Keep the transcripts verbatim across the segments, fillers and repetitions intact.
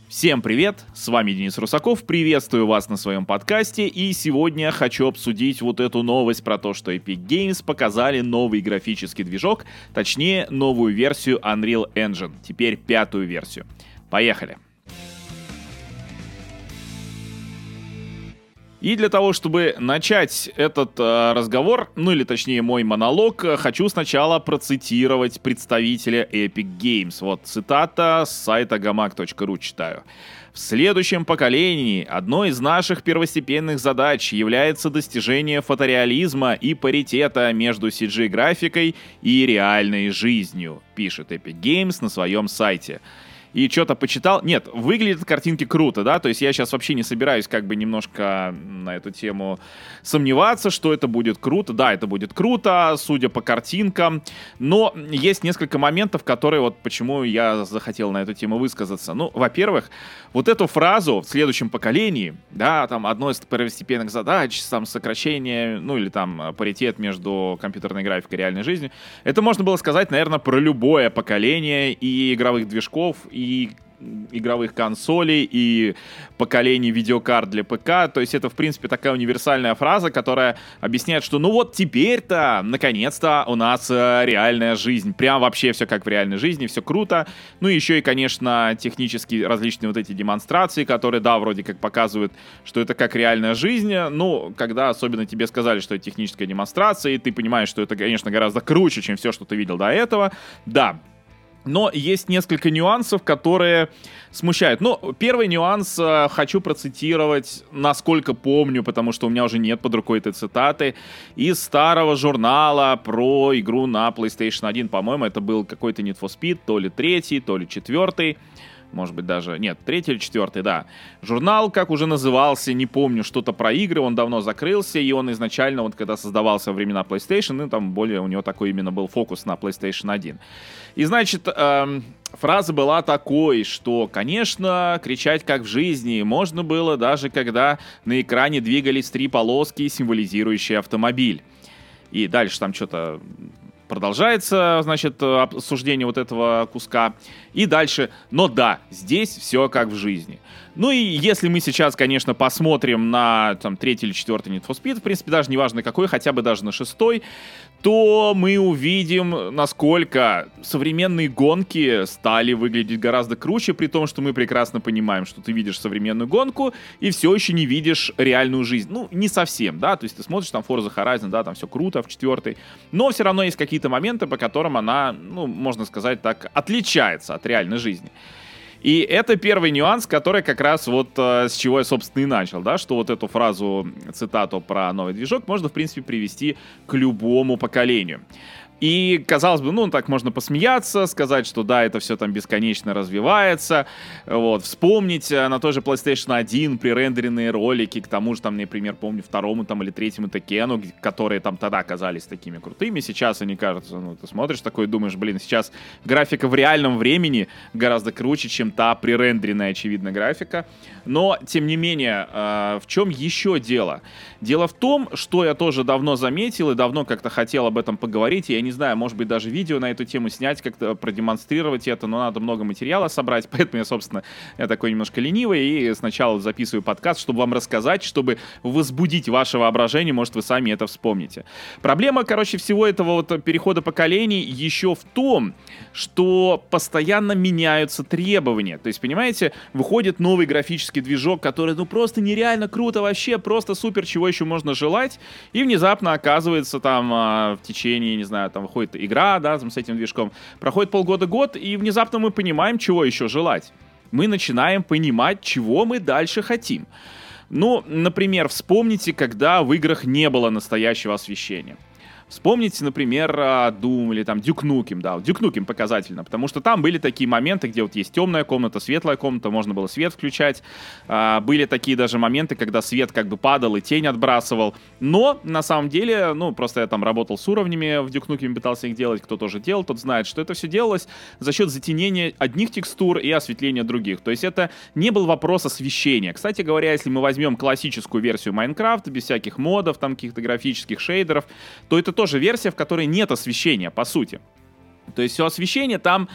Всем привет, с вами Денис Русаков, приветствую вас на своем подкасте, и сегодня хочу обсудить вот эту новость про то, что Epic Games показали новый графический движок, точнее новую версию Unreal Engine, теперь пятую версию. Поехали! И для того, чтобы начать этот э, разговор, ну или точнее мой монолог, хочу сначала процитировать представителя Epic Games. Вот цитата с сайта gамак точка ру читаю. В следующем поколении одной из наших первостепенных задач является достижение фотореализма и паритета между си джи-графикой и реальной жизнью, пишет Epic Games на своем сайте. И что-то почитал. Нет, выглядят картинки круто, да, то есть я сейчас вообще не собираюсь как бы немножко на эту тему сомневаться, что это будет круто. Да, это будет круто, судя по картинкам, но есть несколько моментов, которые вот почему я захотел на эту тему высказаться. Ну, во-первых, вот эту фразу в следующем поколении, да, там одной из первостепенных задач, там сокращение, ну или там паритет между компьютерной графикой и реальной жизнью, это можно было сказать, наверное, про любое поколение и игровых движков, и игровых консолей, и поколений видеокарт для ПК. То есть это, в принципе, такая универсальная фраза, которая объясняет, что ну вот теперь-то, наконец-то, у нас э, реальная жизнь. Прям вообще все как в реальной жизни, все круто. Ну и еще и, конечно, технические различные вот эти демонстрации, которые, да, вроде как показывают, что это как реальная жизнь. Ну, когда особенно тебе сказали, что это техническая демонстрация, и ты понимаешь, что это, конечно, гораздо круче, чем все, что ты видел до этого. Да. Но есть несколько нюансов, которые смущают. Ну, первый нюанс э, хочу процитировать, насколько помню, потому что у меня уже нет под рукой этой цитаты, из старого журнала про игру на PlayStation один. По-моему, это был какой-то Need for Speed, то ли третий, то ли четвертый. Может быть, даже... Нет, третий или четвертый, да. Журнал, как уже назывался, не помню, что-то про игры, он давно закрылся, и он изначально, вот когда создавался во времена PlayStation, ну, там более у него такой именно был фокус на PlayStation один. И, значит, эм, фраза была такой, что, конечно, кричать как в жизни можно было даже когда на экране двигались три полоски, символизирующие автомобиль. И дальше там что-то... Продолжается, значит, обсуждение вот этого куска. И дальше, но да, здесь все как в жизни. Ну и если мы сейчас, конечно, посмотрим на там, третий или четвертый Need for Speed, в принципе, даже неважно какой, хотя бы даже на шестой, то мы увидим, насколько современные гонки стали выглядеть гораздо круче, при том, что мы прекрасно понимаем, что ты видишь современную гонку и все еще не видишь реальную жизнь. Ну, не совсем, да, то есть ты смотришь там Forza Horizon, да, там все круто в четвертой, но все равно есть какие-то моменты, по которым она, ну, можно сказать так, отличается от реальной жизни. И это первый нюанс, который как раз вот э, с чего я, собственно, и начал, да, что вот эту фразу, цитату про новый движок можно, в принципе, привести к любому поколению. И, казалось бы, ну, так можно посмеяться, сказать, что да, это все там бесконечно развивается, вот, вспомнить на той же PlayStation один пререндеренные ролики, к тому же, там, например, помню, второму там или третьему Текену, которые там тогда казались такими крутыми, сейчас они кажутся, ну, ты смотришь такой и думаешь, блин, сейчас графика в реальном времени гораздо круче, чем та пререндеренная, очевидно, графика, но, тем не менее, э, в чем еще дело? Дело в том, что я тоже давно заметил и давно как-то хотел об этом поговорить, и я не знаю, может быть, даже видео на эту тему снять, как-то продемонстрировать это, но надо много материала собрать, поэтому я, собственно, я такой немножко ленивый, и сначала записываю подкаст, чтобы вам рассказать, чтобы возбудить ваше воображение, может, вы сами это вспомните. Проблема, короче, всего этого вот перехода поколений еще в том, что постоянно меняются требования, то есть, понимаете, выходит новый графический движок, который, ну, просто нереально круто вообще, просто супер, чего еще можно желать, и внезапно оказывается там в течение, не знаю, там выходит игра, да, с этим движком, проходит полгода-год, и внезапно мы понимаем, чего еще желать. Мы начинаем понимать, чего мы дальше хотим. Ну, например, вспомните, когда в играх не было настоящего освещения. Вспомните, например, Doom или там Duke Nukem, да, Duke Nukem показательно, потому что там были такие моменты, где вот есть темная комната, светлая комната, можно было свет включать, а, были такие даже моменты, когда свет как бы падал и тень отбрасывал, но на самом деле, ну, просто я там работал с уровнями в Duke Nukem, пытался их делать, кто тоже делал, тот знает, что это все делалось за счет затенения одних текстур и осветления других, то есть это не был вопрос освещения. Кстати говоря, если мы возьмем классическую версию Майнкрафта, без всяких модов, там каких-то графических шейдеров, то это тоже версия, в которой нет освещения, по сути. То есть все освещение там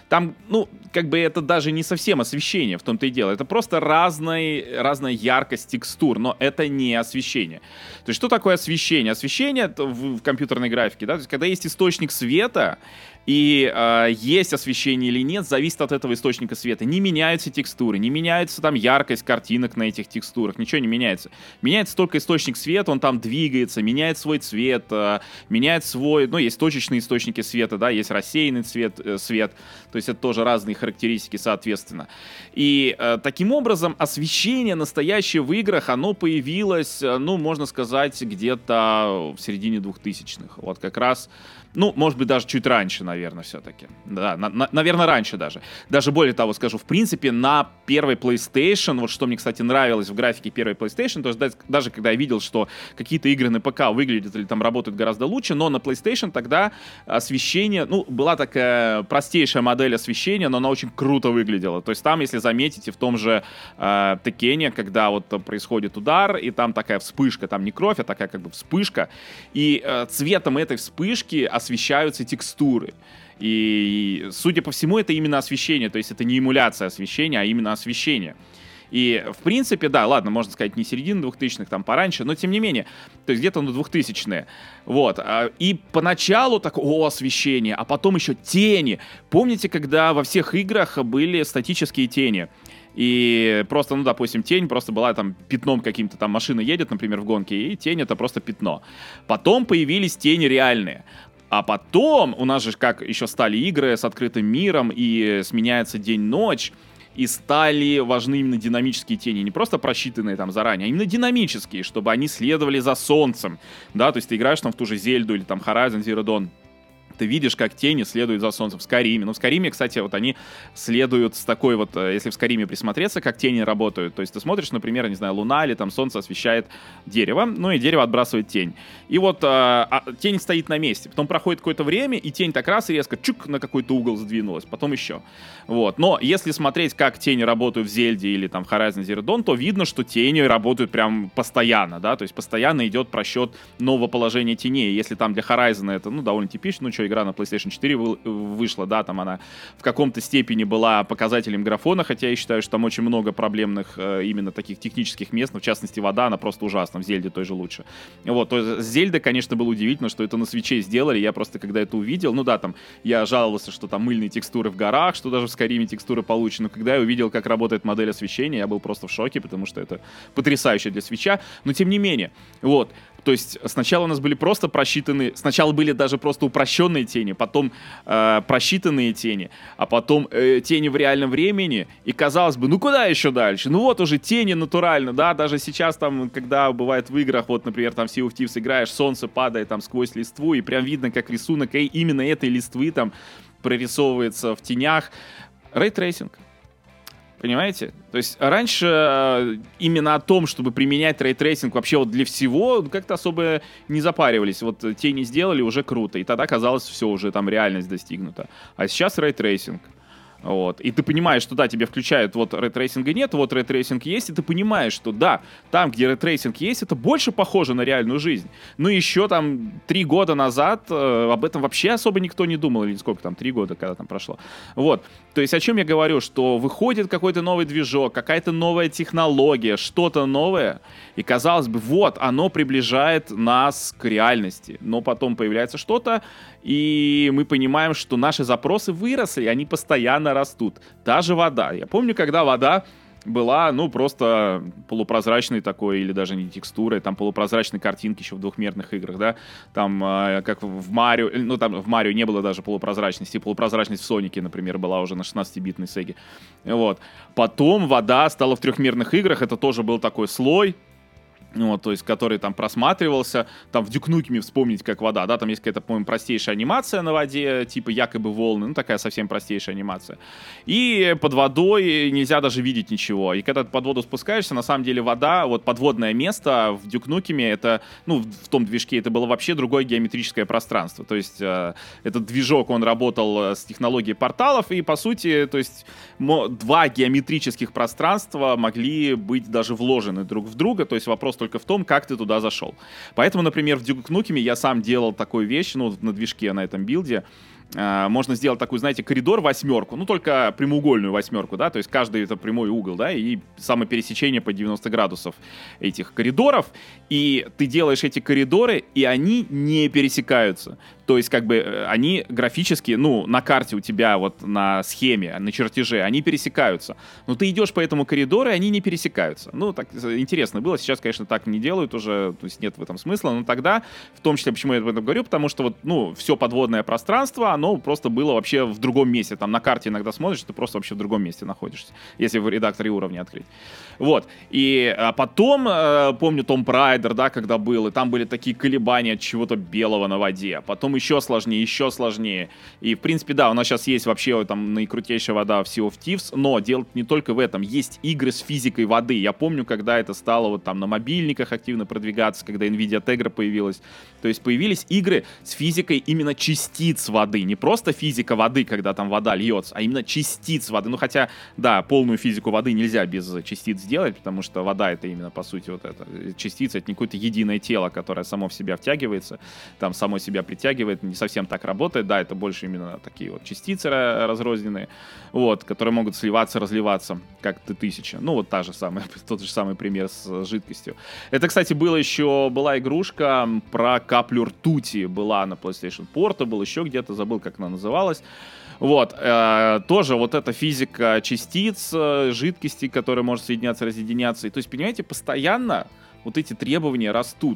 там, ну, как бы это даже не совсем освещение, в том-то и дело. Это просто разный, разная яркость текстур, но это не освещение. То есть что такое освещение? Освещение в, в компьютерной графике, да, то есть когда есть источник света, и э, есть освещение или нет, зависит от этого источника света. Не меняются текстуры, не меняется там яркость картинок на этих текстурах, ничего не меняется. Меняется только источник света, он там двигается, меняет свой цвет, э, меняет свой, ну, есть точечные источники света, да, есть рассеянный цвет, э, свет, то есть это тоже разные характеристики, соответственно. И э, таким образом освещение настоящее в играх, оно появилось, э, ну, можно сказать, где-то в середине двухтысячных. Вот как раз, ну, может быть, даже чуть раньше, наверное, все-таки. Да, на, на, наверное, раньше даже. Даже более того скажу, в принципе, на первой PlayStation, вот что мне, кстати, нравилось в графике первой PlayStation, то есть даже, даже когда я видел, что какие-то игры на ПК выглядят или там работают гораздо лучше, но на PlayStation тогда освещение, ну, была такая простейшая модель освещения, но она очень круто выглядела. То есть там, если заметите, в том же э, Текене, когда вот происходит удар, и там такая вспышка, там не кровь, а такая как бы вспышка, и э, цветом этой вспышки освещаются текстуры. И, судя по всему, это именно освещение, то есть это не эмуляция освещения, а именно освещение. И, в принципе, да, ладно, можно сказать, не середина двухтысячных, там пораньше, но тем не менее, то есть где-то на двухтысячные. Вот. И поначалу так, о, освещение, а потом еще тени. Помните, когда во всех играх были статические тени? И просто, ну, допустим, тень просто была там пятном каким-то, там машина едет, например, в гонке, и тень — это просто пятно. Потом появились тени реальные. А потом у нас же как еще стали игры с открытым миром, и сменяется день-ночь, и стали важны именно динамические тени, не просто просчитанные там заранее, а именно динамические, чтобы они следовали за солнцем, да, то есть ты играешь там в ту же Зельду или там Horizon Zero Dawn, ты видишь, как тени следуют за солнцем в Скайриме. Ну, в Скайриме, кстати, вот они следуют с такой вот, если в Скайриме присмотреться, как тени работают. То есть ты смотришь, например, не знаю, луна или там солнце освещает дерево, ну и дерево отбрасывает тень. И вот а, а, тень стоит на месте. Потом проходит какое-то время, и тень так раз и резко чук на какой-то угол сдвинулась. Потом еще. Вот. Но если смотреть, как тени работают в Зельде или там в Horizon Zero Dawn, то видно, что тени работают прям постоянно, да, то есть постоянно идет просчет нового положения теней. Если там для Horizon это, ну, довольно типично, ну, что, игра на PlayStation четыре вышла, да, там она в каком-то степени была показателем графона, хотя я считаю, что там очень много проблемных э, именно таких технических мест, но в частности вода, она просто ужасна, в Зельде той же лучше. Вот, то есть Зельда, конечно, было удивительно, что это на свитче сделали, я просто когда это увидел, ну да, там, я жаловался, что там мыльные текстуры в горах, что даже в Скайриме текстуры получены, но когда я увидел, как работает модель освещения, я был просто в шоке, потому что это потрясающе для свитча, но тем не менее, вот. То есть сначала у нас были просто просчитанные, сначала были даже просто упрощенные тени, потом э, просчитанные тени, а потом э, тени в реальном времени, и казалось бы, ну куда еще дальше? Ну вот уже тени натурально, да, даже сейчас там, когда бывает в играх, вот, например, там в Sea of Thieves играешь, солнце падает там сквозь листву, и прям видно, как рисунок и именно этой листвы там прорисовывается в тенях. Рейтрейсинг. Понимаете? То есть раньше э, именно о том, чтобы применять рейтрейсинг вообще вот для всего, как-то особо не запаривались. Вот тени сделали, уже круто. И тогда казалось, все, уже там реальность достигнута. А сейчас рейтрейсинг. Вот. И ты понимаешь, что да, тебе включают, вот рейтрейсинга нет, вот рейтрейсинг есть, и ты понимаешь, что да, там, где рейтрейсинг есть, это больше похоже на реальную жизнь. Ну, еще там три года назад э, об этом вообще особо никто не думал, или сколько там, три года, когда там прошло. Вот. То есть о чем я говорю, что выходит какой-то новый движок, какая-то новая технология, что-то новое, и казалось бы, вот, оно приближает нас к реальности. Но потом появляется что-то, и мы понимаем, что наши запросы выросли, они постоянно растут. Та же вода. Я помню, когда вода была, ну, просто полупрозрачной такой, или даже не текстурой, там полупрозрачной картинки еще в двухмерных играх, да, там, э, как в Марио, ну, там в Марио не было даже полупрозрачности, полупрозрачность в Сонике, например, была уже на шестнадцатибитной Сеге, вот. Потом вода стала в трехмерных играх, это тоже был такой слой, вот, то есть, который там просматривался, там в Duke Nukem вспомнить, как вода, да, там есть какая-то, по-моему, простейшая анимация на воде, типа якобы волны, ну, такая совсем простейшая анимация. И под водой нельзя даже видеть ничего. И когда ты под воду спускаешься, на самом деле вода, вот подводное место в Duke Nukem, это, ну, в том движке, это было вообще другое геометрическое пространство. То есть, э, этот движок, он работал с технологией порталов, и, по сути, то есть, два геометрических пространства могли быть даже вложены друг в друга, то есть, вопрос только в том, как ты туда зашел. Поэтому, например, в Duke Nukem я сам делал такую вещь, ну, на движке, на этом билде, э, можно сделать такую, знаете, коридор восьмерку, ну, только прямоугольную восьмерку, да, то есть каждый это прямой угол, да, и самопересечение по девяносто градусов этих коридоров, и ты делаешь эти коридоры, и они не пересекаются. То есть, как бы, они графически, ну, на карте у тебя, вот на схеме, на чертеже, они пересекаются. Но ты идешь по этому коридору, и они не пересекаются. Ну, так интересно было. Сейчас, конечно, так не делают уже, то есть нет в этом смысла. Но тогда, в том числе, почему я об этом говорю, потому что вот, ну, все подводное пространство, оно просто было вообще в другом месте. Там на карте иногда смотришь, ты просто вообще в другом месте находишься, если в редакторе уровня открыть. Вот. И а потом, э, помню, Tomb Raider, да, когда был, и там были такие колебания от чего-то белого на воде. Потом еще сложнее, еще сложнее. И, в принципе, да, у нас сейчас есть вообще там наикрутейшая вода в Sea of Thieves, но дело не только в этом. Есть игры с физикой воды. Я помню, когда это стало вот там на мобильниках активно продвигаться, когда NVIDIA Tegra появилась. То есть появились игры с физикой именно частиц воды. Не просто физика воды, когда там вода льется, а именно частиц воды. Ну, хотя, да, полную физику воды нельзя без частиц сделать, потому что вода — это именно, по сути, вот это. Частица — это не какое-то единое тело, которое само в себя втягивается, там само себя притягивает. Не совсем так работает. Да, это больше именно такие вот частицы разрозненные, вот, которые могут сливаться, разливаться, как Т-тысяча. Ну, вот та же самая, тот же самый пример с жидкостью. Это, кстати, было еще, была игрушка про каплю ртути. Была на PlayStation Portable, еще где-то, забыл, как она называлась. Вот, э, тоже вот эта физика частиц, э, жидкости, которые может соединяться, разъединяться. И, то есть, понимаете, постоянно вот эти требования растут.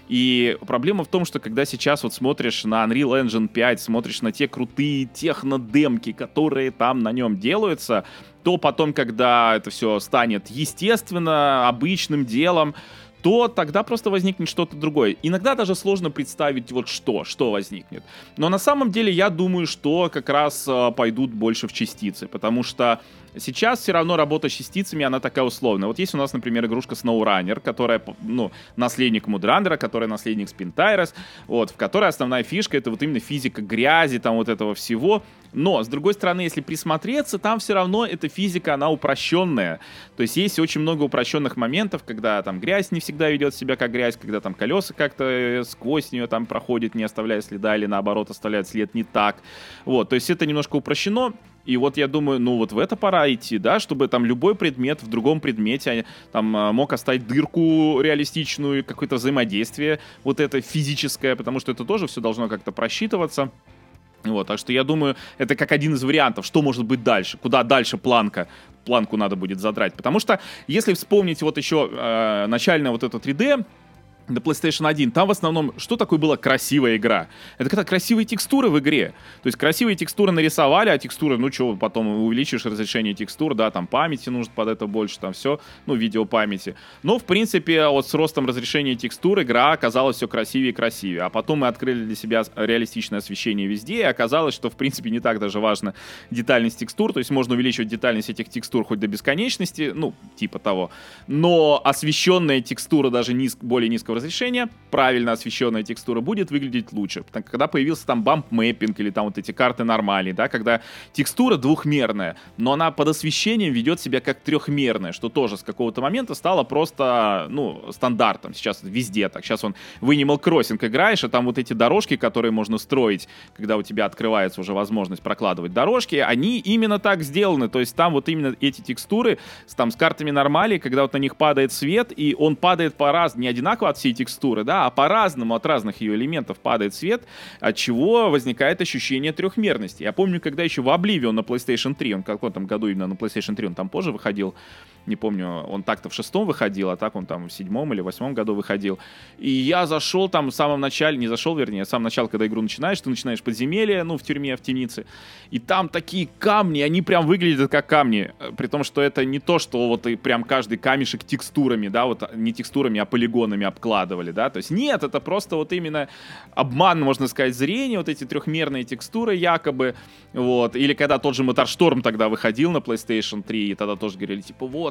И проблема в том, что когда сейчас вот смотришь на Unreal Engine пять, смотришь на те крутые технодемки, которые там на нем делаются, то потом, когда это все станет естественно, обычным делом, то тогда просто возникнет что-то другое. Иногда даже сложно представить вот что, что возникнет. Но на самом деле я думаю, что как раз э, пойдут больше в частицы, потому что сейчас все равно работа с частицами, она такая условная. Вот есть у нас, например, игрушка SnowRunner, которая, ну, наследник Мудраннера, которая наследник Spintyres, вот, в которой основная фишка — это вот именно физика грязи, там вот этого всего. Но, с другой стороны, если присмотреться, там все равно эта физика, она упрощенная. То есть есть очень много упрощенных моментов, когда там грязь не всегда ведет себя как грязь, когда там колеса как-то сквозь нее там проходят, не оставляя следа, или наоборот оставляют след не так. Вот, то есть это немножко упрощено. И вот я думаю, ну вот в это пора идти, да, чтобы там любой предмет в другом предмете там мог оставить дырку реалистичную, какое-то взаимодействие вот это физическое, потому что это тоже все должно как-то просчитываться. Вот, так что я думаю, это как один из вариантов, что может быть дальше, куда дальше планка, планку надо будет задрать. Потому что, если вспомнить вот еще э, начальное вот это три дэ, на PlayStation один, там в основном, что такое была красивая игра? Это когда красивые текстуры в игре. То есть красивые текстуры нарисовали, а текстуры, ну что, потом увеличишь разрешение текстур, да, там памяти нужно под это больше, там все, ну, видеопамяти. Но, в принципе, вот с ростом разрешения текстур игра оказалась все красивее и красивее. А потом мы открыли для себя реалистичное освещение везде, и оказалось, что, в принципе, не так даже важно детальность текстур, то есть можно увеличивать детальность этих текстур хоть до бесконечности, ну, типа того. Но освещенная текстура даже низ... более низкого разрешения, правильно освещенная текстура будет выглядеть лучше. Когда появился там бамп-мэппинг или там вот эти карты нормали, да, когда текстура двухмерная, но она под освещением ведет себя как трехмерная, что тоже с какого-то момента стало просто, ну, стандартом. Сейчас везде так. Сейчас он в Animal Crossing играешь, а там вот эти дорожки, которые можно строить, когда у тебя открывается уже возможность прокладывать дорожки, они именно так сделаны. То есть там вот именно эти текстуры с, там, с картами нормали, когда вот на них падает свет, и он падает по-разному, не одинаково от всей текстуры, да, а по-разному от разных ее элементов падает свет, от чего возникает ощущение трехмерности. Я помню, когда еще в Oblivion на PlayStation три, он в каком там году именно на PlayStation три, он там позже выходил, не помню, он так-то в шестом выходил, а так он там в седьмом или восьмом году выходил. И я зашел там в самом начале, не зашел, вернее, в самом начале, когда игру начинаешь, ты начинаешь подземелье, ну, в тюрьме, в темнице, и там такие камни, они прям выглядят как камни, при том, что это не то, что вот и прям каждый камешек текстурами, да, вот не текстурами, а полигонами обкладывали, да, то есть нет, это просто вот именно обман, можно сказать, зрения, вот эти трехмерные текстуры якобы, вот, или когда тот же Motorstorm тогда выходил на PlayStation три, и тогда тоже говорили, типа, вот,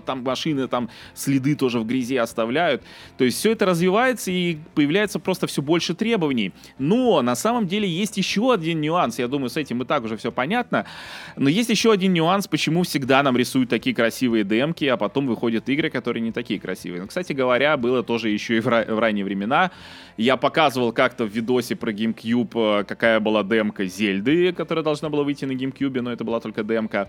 вот там машины, там следы тоже в грязи оставляют. То есть все это развивается и появляется просто все больше требований. Но на самом деле есть еще один нюанс, я думаю, с этим и так уже все понятно, но есть еще один нюанс, почему всегда нам рисуют такие красивые демки, а потом выходят игры, которые не такие красивые. Но, кстати говоря, было тоже еще и в, ра- в ранние времена. Я показывал как-то в видосе про GameCube, какая была демка Зельды, которая должна была выйти на GameCube, но это была только демка.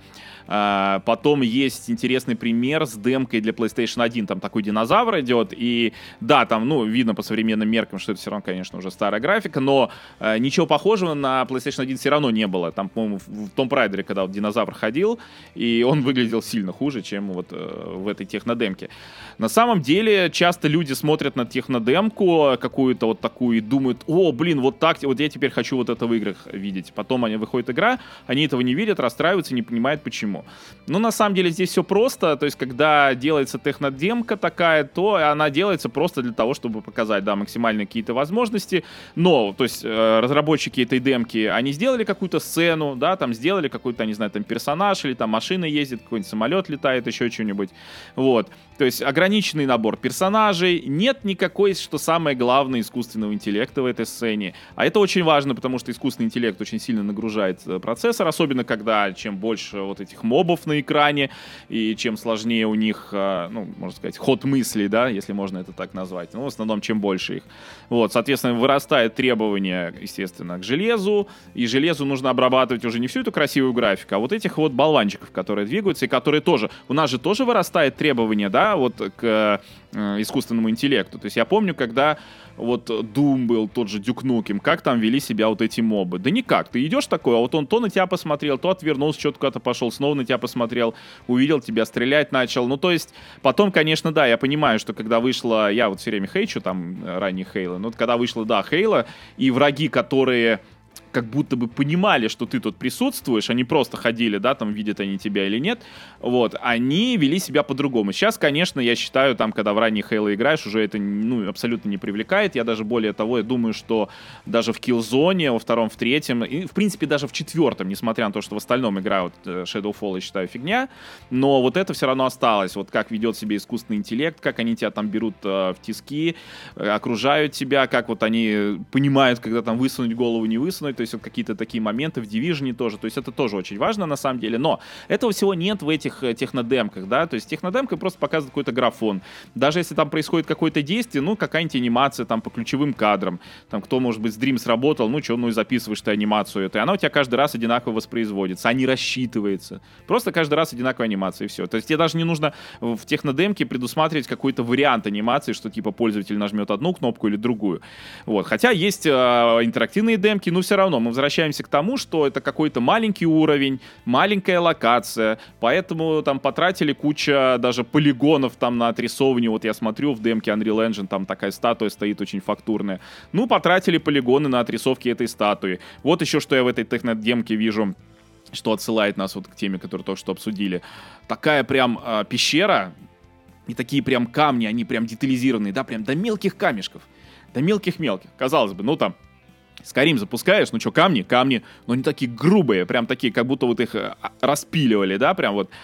А, потом есть интересный пример с демкой для PlayStation один. Там такой динозавр идет, и да, там, ну, видно по современным меркам, что это все равно, конечно, уже старая графика, но а, ничего похожего на PlayStation один все равно не было. Там, по-моему, в, в Tomb Raider, когда вот динозавр ходил, и он выглядел сильно хуже, чем вот э, в этой технодемке. На самом деле, часто люди смотрят на технодемку какую-то вот такую и думают: о, блин, вот так, вот я теперь хочу вот это в играх видеть. Потом они выходит игра, они этого не видят, расстраиваются, не понимают почему. Но на самом деле здесь все просто, то есть когда делается технодемка такая, то она делается просто для того, чтобы показать, да, максимальные какие-то возможности. Но, то есть э, разработчики этой демки, они сделали какую-то сцену, да, там сделали какой-то, не знаю, там персонаж, или там машина ездит, какой-нибудь самолет летает, еще что-нибудь. Вот. То есть ограниченный набор персонажей, нет никакой, что самое главное, искусственного интеллекта в этой сцене. А это очень важно, потому что искусственный интеллект очень сильно нагружает процессор, особенно когда чем больше вот этих мобов на экране, и чем сложнее у них, ну, можно сказать, ход мыслей, да, если можно это так назвать. Ну, в основном, чем больше их. Вот, соответственно, вырастает требование, естественно, к железу, и железу нужно обрабатывать уже не всю эту красивую графику, а вот этих вот болванчиков, которые двигаются, и которые тоже, у нас же тоже вырастает требование, да, вот к э, искусственному интеллекту. То есть я помню, когда вот Doom был, тот же Duke Nukem, как там вели себя вот эти мобы? Да никак. Ты идешь такой, а вот он то на тебя посмотрел, то отвернулся, что-то куда-то пошел, снова на тебя посмотрел, увидел тебя, стрелять начал. Ну, то есть, потом, конечно, да, я понимаю, что когда вышла, я вот все время хейчу там ранние Хейла, но вот когда вышла, да, Хейла, и враги, которые как будто бы понимали, что ты тут присутствуешь, они просто ходили, да, там, видят они тебя или нет, вот, они вели себя по-другому. Сейчас, конечно, я считаю, там, когда в ранние Halo играешь, уже это, ну, абсолютно не привлекает. Я даже, более того, я думаю, что даже в Killzone, во втором, в третьем, и, в принципе, даже в четвертом, несмотря на то, что в остальном игра, вот, Shadowfall, я считаю, фигня, но вот это все равно осталось. Вот как ведет себя искусственный интеллект, как они тебя там берут э, в тиски, э, окружают тебя, как вот они понимают, когда там высунуть голову, не высунуть. То есть вот какие-то такие моменты в Division тоже, то есть это тоже очень важно на самом деле, но этого всего нет в этих э, технодемках, да, то есть технодемка просто показывает какой-то графон, даже если там происходит какое-то действие, ну, какая-нибудь анимация там по ключевым кадрам, там, кто, может быть, с Dream сработал, ну, что, ну, и записываешь ты анимацию эту, и она у тебя каждый раз одинаково воспроизводится, а не рассчитывается, просто каждый раз одинаковая анимация, и все, то есть тебе даже не нужно в технодемке предусматривать какой-то вариант анимации, что, типа, пользователь нажмет одну кнопку или другую, вот, хотя есть э, интерактивные демки, но все равно мы возвращаемся к тому, что это какой-то маленький уровень, маленькая локация, поэтому там потратили куча даже полигонов там на отрисовывание. Вот я смотрю в демке Unreal Engine, там такая статуя стоит очень фактурная. Ну, потратили полигоны на отрисовки этой статуи. Вот еще что я в этой технодемке вижу, что отсылает нас вот к теме, которую только что обсудили. Такая прям э, пещера, и такие прям камни, они прям детализированные, да, прям до мелких камешков, до мелких-мелких. Казалось бы, ну там Skyrim запускаешь, ну что, камни, камни, но они такие грубые, прям такие, как будто вот их распиливали, да, прям вот.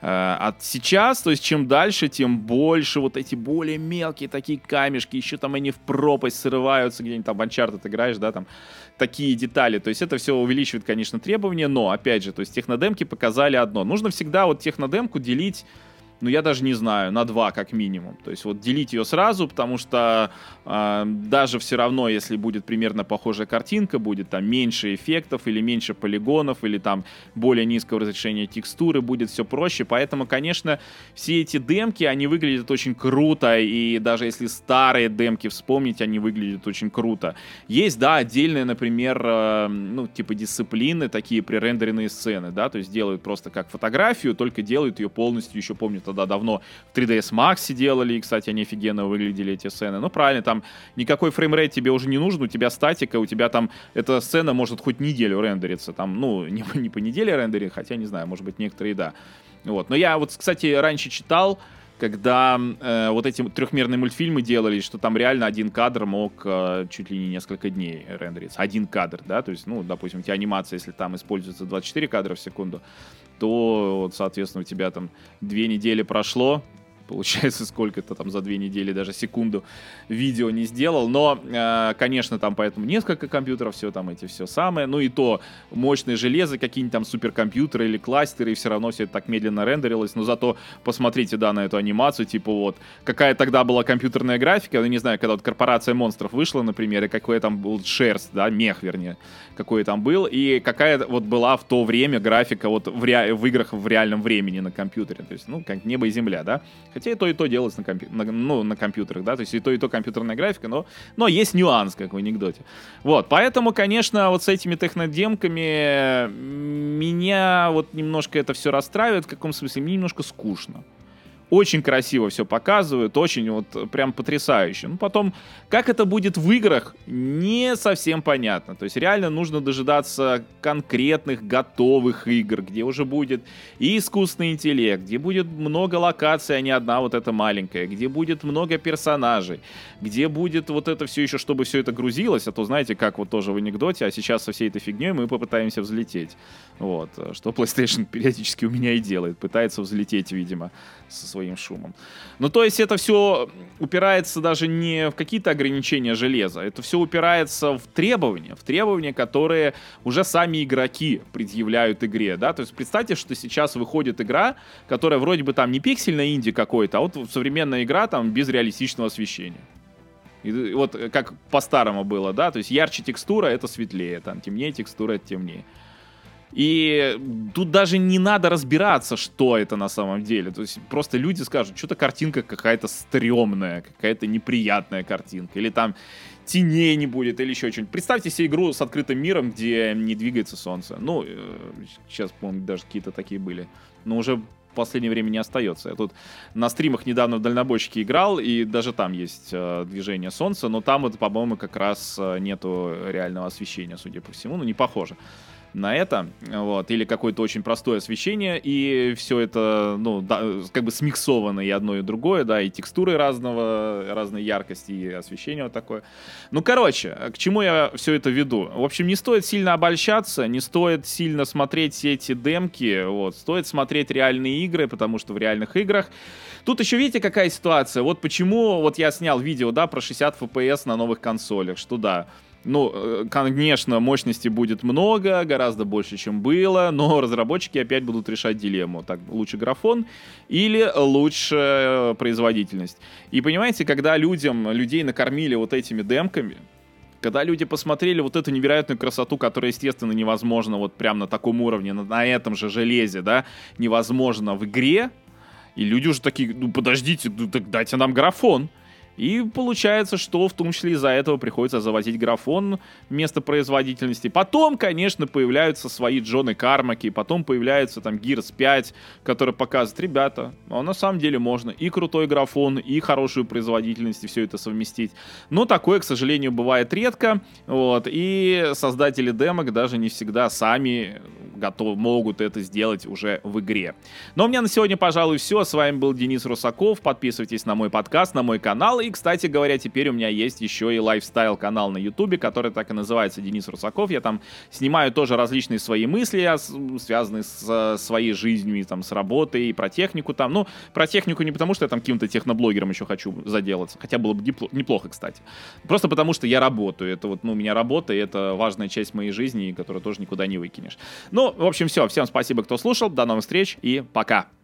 А сейчас, то есть чем дальше, тем больше вот эти более мелкие такие камешки, еще там они в пропасть срываются, где-нибудь там в Uncharted играешь, да, там такие детали, то есть это все увеличивает, конечно, требования, но, опять же, то есть технодемки показали одно, нужно всегда вот технодемку делить, ну, я даже не знаю, на два как минимум. То есть вот делить ее сразу, потому что э, даже все равно, если будет примерно похожая картинка, будет там меньше эффектов или меньше полигонов, или там более низкого разрешения текстуры, будет все проще. Поэтому, конечно, все эти демки, они выглядят очень круто, и даже если старые демки вспомнить, они выглядят очень круто. Есть, да, отдельные, например, э, ну, типа дисциплины, такие пререндеренные сцены, да, то есть делают просто как фотографию, только делают ее полностью, еще помню, тогда давно в три дэ эс Max делали, и, кстати, они офигенно выглядели, эти сцены. Ну, правильно, там никакой фреймрейт тебе уже не нужен, у тебя статика, у тебя там эта сцена может хоть неделю рендериться, там, ну, не, не по неделе рендерить, хотя, не знаю, может быть, некоторые, да. Вот. Но я вот, кстати, раньше читал, когда э, вот эти трехмерные мультфильмы делали, что там реально один кадр мог э, чуть ли не несколько дней рендериться. Один кадр, да, то есть, ну, допустим, у тебя анимация, если там используется двадцать четыре кадра в секунду, то, вот, соответственно, у тебя там две недели прошло, получается, сколько-то там за две недели, даже секунду видео не сделал. Но, э, конечно, там поэтому несколько компьютеров, все там эти все самое. Ну и то мощное железо, какие-нибудь там суперкомпьютеры или кластеры, и все равно все это так медленно рендерилось. Но зато посмотрите, да, на эту анимацию, типа вот, какая тогда была компьютерная графика, я не знаю, когда вот Корпорация монстров вышла, например, и какой там был шерсть, да, мех, вернее, какой там был, и какая вот была в то время графика вот в, ре... в играх в реальном времени на компьютере. То есть, ну, как небо и земля, да. Хотя и то, и то делается на, компью... на, ну, на компьютерах, да, то есть и то, и то компьютерная графика, но, но есть нюанс, как в анекдоте. Вот, поэтому, конечно, вот с этими технодемками меня вот немножко это все расстраивает, в каком смысле, мне немножко скучно. Очень красиво все показывают, очень вот прям потрясающе. Ну, потом, как это будет в играх, не совсем понятно. То есть реально нужно дожидаться конкретных готовых игр, где уже будет и искусственный интеллект, где будет много локаций, а не одна вот эта маленькая, где будет много персонажей, где будет вот это все еще, чтобы все это грузилось, а то знаете, как вот тоже в анекдоте, а сейчас со всей этой фигней мы попытаемся взлететь. Вот, что PlayStation периодически у меня и делает, пытается взлететь, видимо, со своим шумом. Ну, то есть это все упирается даже не в какие-то ограничения железа, это все упирается в требования, в требования, которые уже сами игроки предъявляют игре, да, то есть представьте, что сейчас выходит игра, которая вроде бы там не пиксельная инди какой-то, а вот современная игра там без реалистичного освещения. И вот как по-старому было, да, то есть ярче текстура — это светлее, там темнее текстура — это темнее. И тут даже не надо разбираться, что это на самом деле. То есть просто люди скажут, что-то картинка какая-то стрёмная, какая-то неприятная картинка. Или там теней не будет, или еще что-нибудь. Представьте себе игру с открытым миром, где не двигается солнце. Ну, сейчас, по-моему, даже какие-то такие были. Но уже в последнее время не остается. Я тут на стримах недавно в дальнобойщике играл, и даже там есть э, движение солнца, но там вот, по-моему, как раз э, нету реального освещения, судя по всему. Ну, не похоже на это, вот, или какое-то очень простое освещение, и все это, ну, да, как бы смиксовано и одно, и другое, да, и текстуры разного, разной яркости, и освещение вот такое. Ну, короче, к чему я все это веду? В общем, не стоит сильно обольщаться, не стоит сильно смотреть все эти демки, вот, стоит смотреть реальные игры, потому что в реальных играх тут еще видите, какая ситуация, вот почему, вот я снял видео, да, про шестьдесят эф пи эс на новых консолях, что да, ну, конечно, мощности будет много, гораздо больше, чем было, но разработчики опять будут решать дилемму. Так, лучше графон или лучше производительность. И понимаете, когда людям, людей накормили вот этими демками, когда люди посмотрели вот эту невероятную красоту, которая, естественно, невозможно вот прям на таком уровне, на, на этом же железе, да, невозможно в игре, и люди уже такие, ну, подождите, ну, так дайте нам графон. И получается, что в том числе из-за этого приходится завозить графон вместо производительности. Потом, конечно, появляются свои Джоны Кармаки, потом появляется там Gears пять, который показывает, ребята, а на самом деле можно и крутой графон, и хорошую производительность, и все это совместить. Но такое, к сожалению, бывает редко. Вот, и создатели демок даже не всегда сами готовы, могут это сделать уже в игре. Но у меня на сегодня, пожалуй, все. С вами был Денис Русаков. Подписывайтесь на мой подкаст, на мой канал. И, кстати говоря, теперь у меня есть еще и лайфстайл-канал на Ютубе, который так и называется Денис Русаков. Я там снимаю тоже различные свои мысли, связанные с своей жизнью, там, с работой, и про технику там. Ну, про технику не потому, что я там каким-то техноблогером еще хочу заделаться, хотя было бы неплохо, кстати. Просто потому, что я работаю. Это вот, ну, у меня работа, и это важная часть моей жизни, которую тоже никуда не выкинешь. Ну, в общем, все. Всем спасибо, кто слушал. До новых встреч и пока.